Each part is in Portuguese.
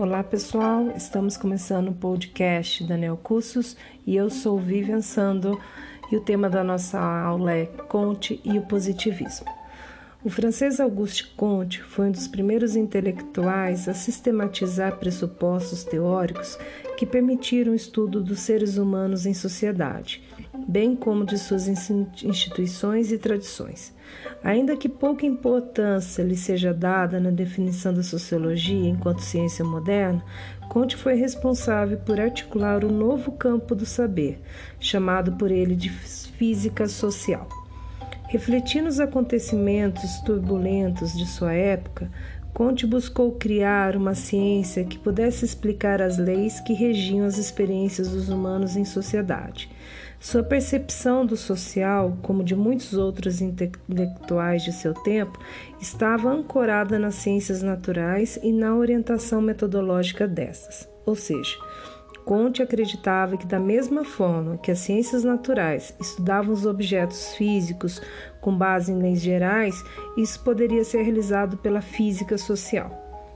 Olá pessoal, estamos começando o podcast da Neocursos e eu sou Vivian Sando e o tema da nossa aula é Comte e o positivismo. O francês Auguste Comte foi um dos primeiros intelectuais a sistematizar pressupostos teóricos que permitiram o estudo dos seres humanos em sociedade, bem como de suas instituições e tradições. Ainda que pouca importância lhe seja dada na definição da sociologia enquanto ciência moderna, Comte foi responsável por articular um novo campo do saber, chamado por ele de física social. Refletindo os acontecimentos turbulentos de sua época, Comte buscou criar uma ciência que pudesse explicar as leis que regiam as experiências dos humanos em sociedade. Sua percepção do social, como de muitos outros intelectuais de seu tempo, estava ancorada nas ciências naturais e na orientação metodológica dessas. Ou seja, Comte acreditava que, da mesma forma que as ciências naturais estudavam os objetos físicos com base em leis gerais, isso poderia ser realizado pela física social.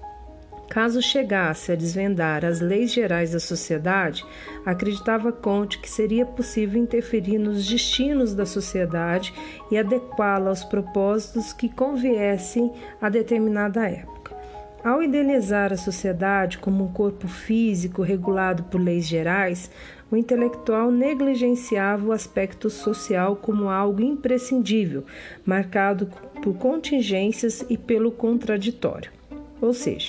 Caso chegasse a desvendar as leis gerais da sociedade, acreditava Comte que seria possível interferir nos destinos da sociedade e adequá-la aos propósitos que conviessem a determinada época. Ao idealizar a sociedade como um corpo físico regulado por leis gerais, o intelectual negligenciava o aspecto social como algo imprescindível, marcado por contingências e pelo contraditório. Ou seja,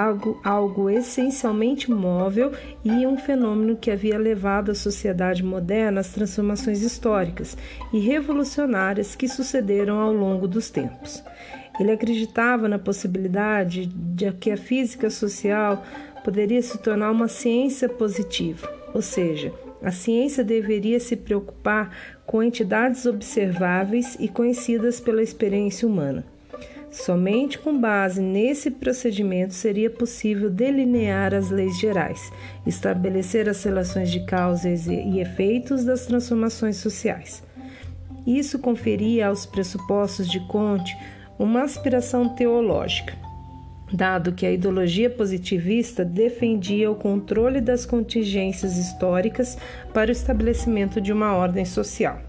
algo essencialmente móvel e um fenômeno que havia levado a sociedade moderna às transformações históricas e revolucionárias que sucederam ao longo dos tempos. Ele acreditava na possibilidade de que a física social poderia se tornar uma ciência positiva, ou seja, a ciência deveria se preocupar com entidades observáveis e conhecidas pela experiência humana. Somente com base nesse procedimento seria possível delinear as leis gerais, estabelecer as relações de causas e efeitos das transformações sociais. Isso conferia aos pressupostos de Comte uma aspiração teológica, dado que a ideologia positivista defendia o controle das contingências históricas para o estabelecimento de uma ordem social.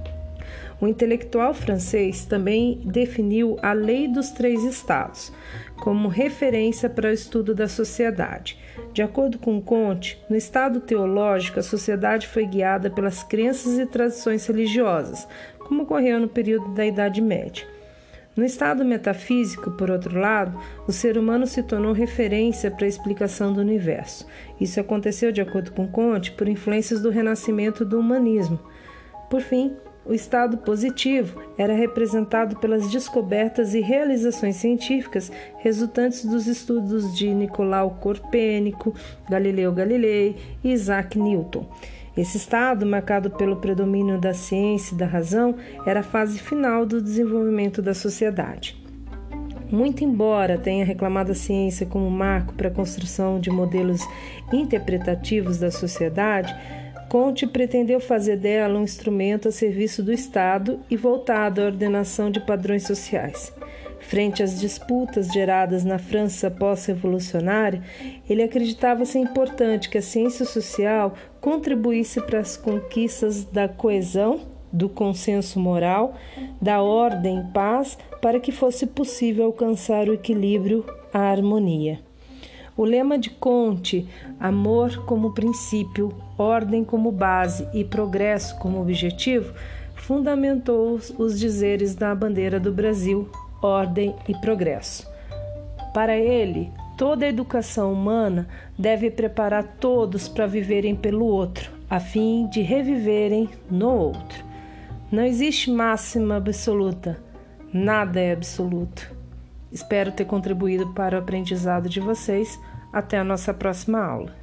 O intelectual francês também definiu a Lei dos Três Estados como referência para o estudo da sociedade. De acordo com Comte, no estado teológico, a sociedade foi guiada pelas crenças e tradições religiosas, como ocorreu no período da Idade Média. No estado metafísico, por outro lado, o ser humano se tornou referência para a explicação do universo. Isso aconteceu, de acordo com Comte, por influências do renascimento do humanismo. Por fim, o estado positivo era representado pelas descobertas e realizações científicas resultantes dos estudos de Nicolau Copérnico, Galileu Galilei e Isaac Newton. Esse estado, marcado pelo predomínio da ciência e da razão, era a fase final do desenvolvimento da sociedade. Muito embora tenha reclamado a ciência como marco para a construção de modelos interpretativos da sociedade, Comte pretendeu fazer dela um instrumento a serviço do Estado e voltado à ordenação de padrões sociais. Frente às disputas geradas na França pós-revolucionária, ele acreditava ser importante que a ciência social contribuísse para as conquistas da coesão, do consenso moral, da ordem e paz, para que fosse possível alcançar o equilíbrio, a harmonia. O lema de Comte, amor como princípio, ordem como base e progresso como objetivo, fundamentou os dizeres da bandeira do Brasil, ordem e progresso. Para ele, toda a educação humana deve preparar todos para viverem pelo outro, a fim de reviverem no outro. Não existe máxima absoluta, nada é absoluto. Espero ter contribuído para o aprendizado de vocês. Até a nossa próxima aula.